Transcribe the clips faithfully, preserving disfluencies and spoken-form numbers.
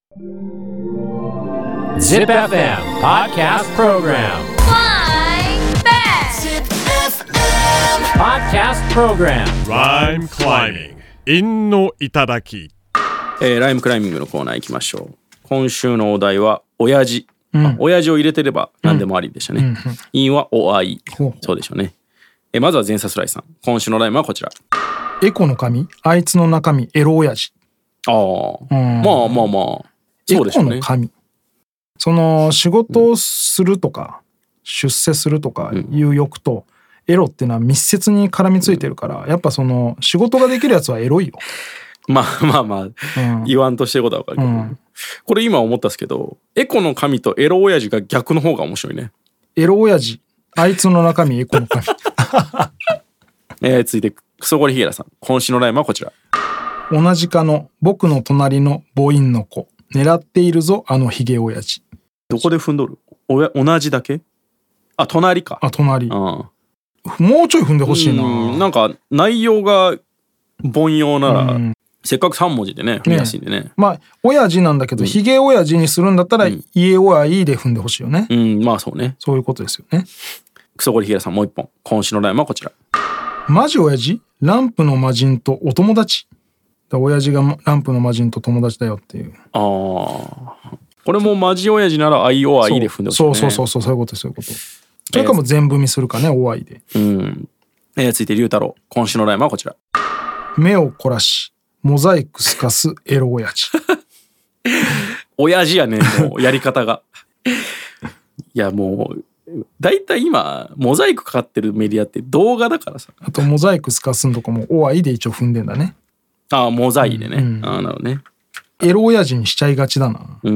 Zip エフエム Podcast Program Flying Back Zip エフエム Podcast Program Rhyme climbing 陰の頂き、 えー、ライムクライミングのコーナー行きましょう。今週のお題は親父、うん、親父を入れてれば何でもありでしたね、うんうん、陰はおあい、そうでしょうね。えー、まずは前サスライさん、今週のライムはこちら。 エコの神、あいつの中身エロ親父。 ああ、うん、まあまあまあそうでしょうね。 エコの神、その仕事をするとか、うん、出世するとかいう欲とエロっていうのは密接に絡みついてるから、やっぱその仕事ができるやつはエロいよ。 まあまあまあ、うん、言わんとしてることは分かるけど、うん、これ今思ったんですけど、エコの神とエロ親父が逆の方が面白いね。 エロ親父、あいつの中身エコの神。 えー、続いてクソゴリヒゲラさん、今週のライムはこちら。 同じ科の僕の隣の母音の子、狙っているぞあのヒゲ親父。 どこで踏んどる？おや同じだけ？あ、隣か。 あ、隣。 ああ、 もうちょい踏んでほしいな。 うん、なんか内容が凡庸なら、うん、せっかくさん文字でね踏みやすいんでね。ね、 まあ親父なんだけど、うん、ヒゲ親父にするんだったら、うん、家親いで踏んでほしいよね。 うん、まあそうね。 そういうことですよね。 クソゴリヒゲラさん、もう一本。今週のライムはこちら。 マジ親父、ランプの魔人とお友達。だ親父がランプの魔人と友達だよっていう。ああ、 これもマジ親父ならアイオアイで踏んでほしいね。 そうそうそうそう、そういうことそういうこと。それかも全踏みするかね、おあいで。 うん。えー、続いて龍太郎、今週のライムはこちら。 目を凝らしモザイクすかすエロ親父。 親父やね、もうやり方が。いやもうだいたい今モザイクかかってるメディアって動画だからさ。 あとモザイクすかすんとこもおあいで一応踏んでんだね。ああ、モザイでね、うんうん、ああ、なるほどね。 エロ親父にしちゃいがちだな。 うん、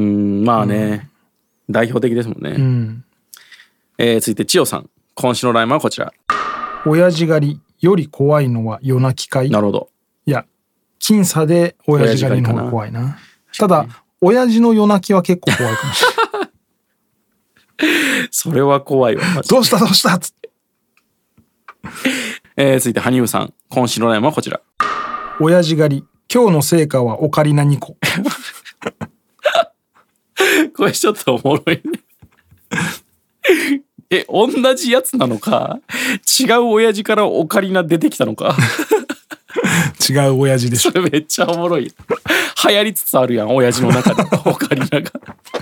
まあね、うん、代表的ですもんね。うん、えー、続いて千代さん、今週のライムはこちら。 親父狩りより怖いのは夜泣きかい。 なるほど。 いや、僅差で親父狩りの方が怖いな。ただ親父の夜泣きは結構怖いかもしれない。 それは怖いわ。 どうしたどうしたっつって。 えー、続いて羽生さん、今週のライムはこちら。 親父狩り、今日の成果はオカリナにこ。 これちょっとおもろいね。え、同じやつなのか、違う親父からオカリナ出てきたのか。 違う親父でしょ。 それめっちゃおもろい。流行りつつあるやん、親父の中でオカリナが。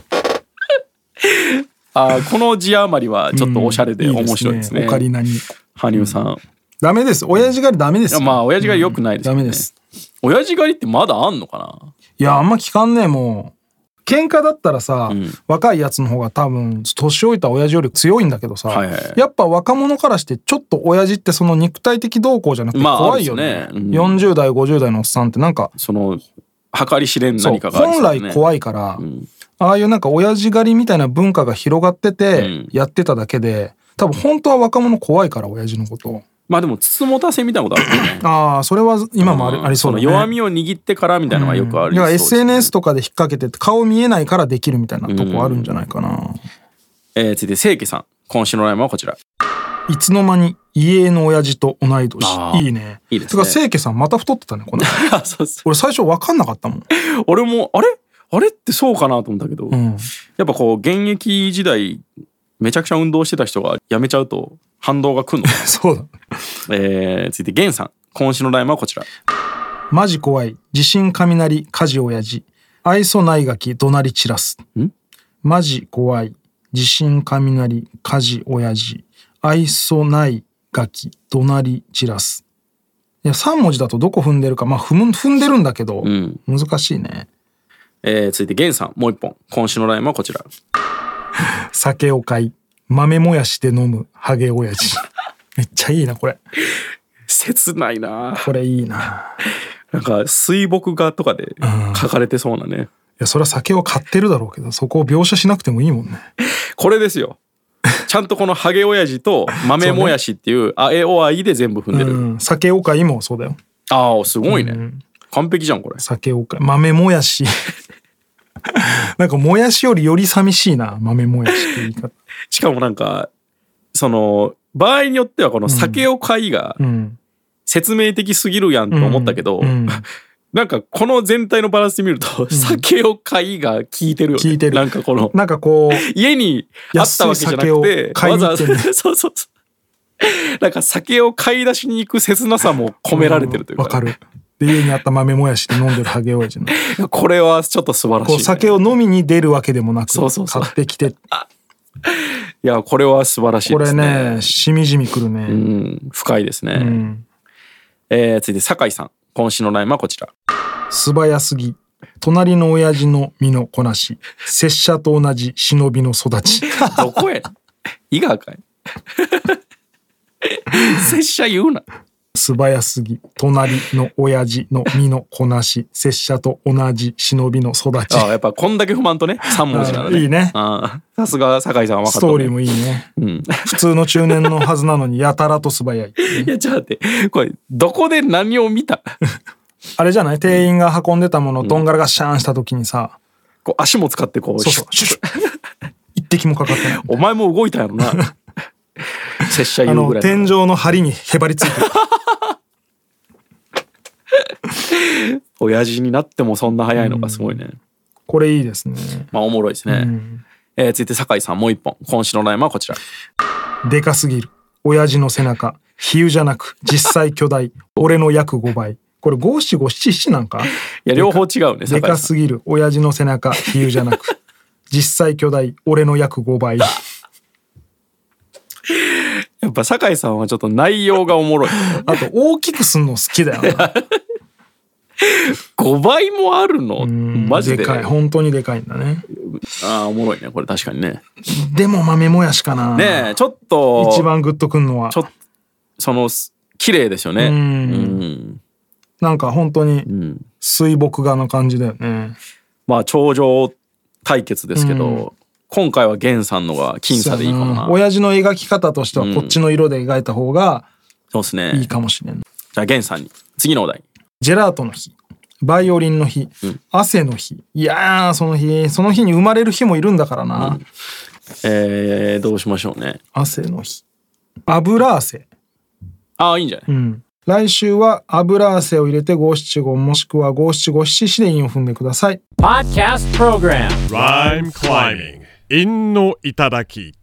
あ、この字余りはちょっとおしゃれで面白いですね。 うん、いいですね、オカリナに。 羽生さん、うん、 ダメです。親父狩りダメですよ。 いや、まあ親父狩り良くないですよね、 うん、ダメです。 親父狩りってまだあんのかな。 いや、あんま聞かんねえ。もう喧嘩だったらさ、うん、若いやつの方が多分年老いた親父より強いんだけどさ、はいはい、やっぱ若者からしてちょっと親父ってその肉体的動向じゃなくて怖いよね。まあ、ね、うん、よんじゅう代ごじゅう代のおっさんってなんかその計り知れん何かがありそう、 ね、本来怖いから、うん、ああいうなんか親父狩りみたいな文化が広がっててやってただけで、多分本当は若者怖いから、親父のことを。 まあでもつつもたせみたいなことあるよね。 ああ、それは今もあり、うん、ありそうだね。 弱みを握ってからみたいなのがよくある、 うん、だから エスエヌエス とかで引っ掛けて顔見えないからできるみたいなとこあるんじゃないかな。うん、 えー、続いて清家さん、今週のライムはこちら。 いつの間に家の親父と同い年。いいね。 いいですね。 てか清家さんまた太ってたね、この間。そうそう、俺最初分かんなかったもん。 俺もあれあれってそうかなと思ったけど、うん、やっぱこう現役時代めちゃくちゃ運動してた人が辞めちゃうと反動がくるのかな。そうだ。えー、続いて源さん、今週のライムはこちら。 マジ怖い地震雷火事親父愛想ないがき怒鳴り散らす。んマジ怖い地震雷火事親父愛想ないがき怒鳴り散らす。いやさん文字だとどこ踏んでるか、まあ踏む踏んでるんだけど、うん、難しいね。 えー、続いて源さん、もう一本、今週のライムはこちら。 酒を買い豆もやしで飲むハゲ親父。めっちゃいいなこれ。 切ないなこれ。いいな。 なんか水墨画とかで書かれてそうなね、うん、いやそれは酒を買ってるだろうけど、そこを描写しなくてもいいもんね。 これですよ。ちゃんとこのハゲ親父と豆もやしっていう、あえおあいで全部踏んでる、 うん、酒おかいもそうだよ。 ああすごいね、うん、完璧じゃんこれ。 酒おかい豆もやし。なんかもやしよりより寂しいな、豆もやしって言い方。 しかもなんかその場合によってはこの酒を買いが説明的すぎるやんと思ったけど、うんうん、 なんかこの全体のバランスで見ると、うん、酒を買いが効いてるよね。効いてる。なんかこのなんかこう家にあったわけじゃなくてわざわざそうそうそうなんか酒を買い出しに行く切なさも込められてるというか。 わ、うん、かる。で家にあった豆もやしで飲んでるハゲ親父のこれはちょっと素晴らしい、ね、こう酒を飲みに出るわけでもなくそうそうそう買ってきていやこれは素晴らしいですね。 これねしみじみくるね。 うん深いですね、うんえー、続いて酒井さん今週のラインはこちら。 素早すぎ隣の親父の身のこなし拙者と同じ忍びの育ちどこへ伊賀かい拙者言うな。 素早すぎ隣の親父の身のこなし拙者と同じ忍びの育ち。 ああやっぱこんだけ不満とねさん文字なのね。 いいね。 あさすが酒井さんは分かった、ね、 ストーリーもいいね、うん、普通の中年のはずなのにやたらと素早い、ね、 いやちょっと待ってこれどこで何を見たあれじゃない店員が運んでたものをどんがらがシャーンした時にさ、うん、 こう足も使ってこうそうそうシュシュ一滴もかかってないお前も動いたやろな拙者言うぐらいあの天井の梁にへばりついてる親父になってもそんな早いのがすごいね、うん、 これいいですね。 まあおもろいですね、うんえー、続いて酒井さんもう一本今週のラインはこちら。 でかすぎる親父の背中比喩じゃなく実際巨大俺の約ごばい。これ五七五七七なんか。 いや両方違うね。 でかすぎる親父の背中比喩じゃなく実際巨大俺の約ごばい。 やっぱ酒井さんはちょっと内容がおもろいあと大きくすんの好きだよなごばいもあるのマジで。 でかい本当にでかいんだね。 ああおもろいねこれ確かにね。 でも豆もやしかな。 ねえちょっと一番グッとくんのはちょっとその綺麗ですよね。うんうんなんか本当に水墨画の感じだよね、うん、 まあ頂上対決ですけど、うん、今回は源さんのが僅差でいいかもな。 親父の描き方としてはこっちの色で描いた方がそうですねいいかもしれない。 じゃあ源さんに次のお題。 ジェラートの日バイオリンの日、うん、汗の日。いやーその日その日に生まれる日もいるんだからな、うん、 えー、どうしましょうね。 汗の日油汗。 ああいいんじゃない、 うん来週は油汗を入れて五七五もしくは五七五七七で韻を踏んでください。 Podcast Program Rhyme Climbing 韻の頂き。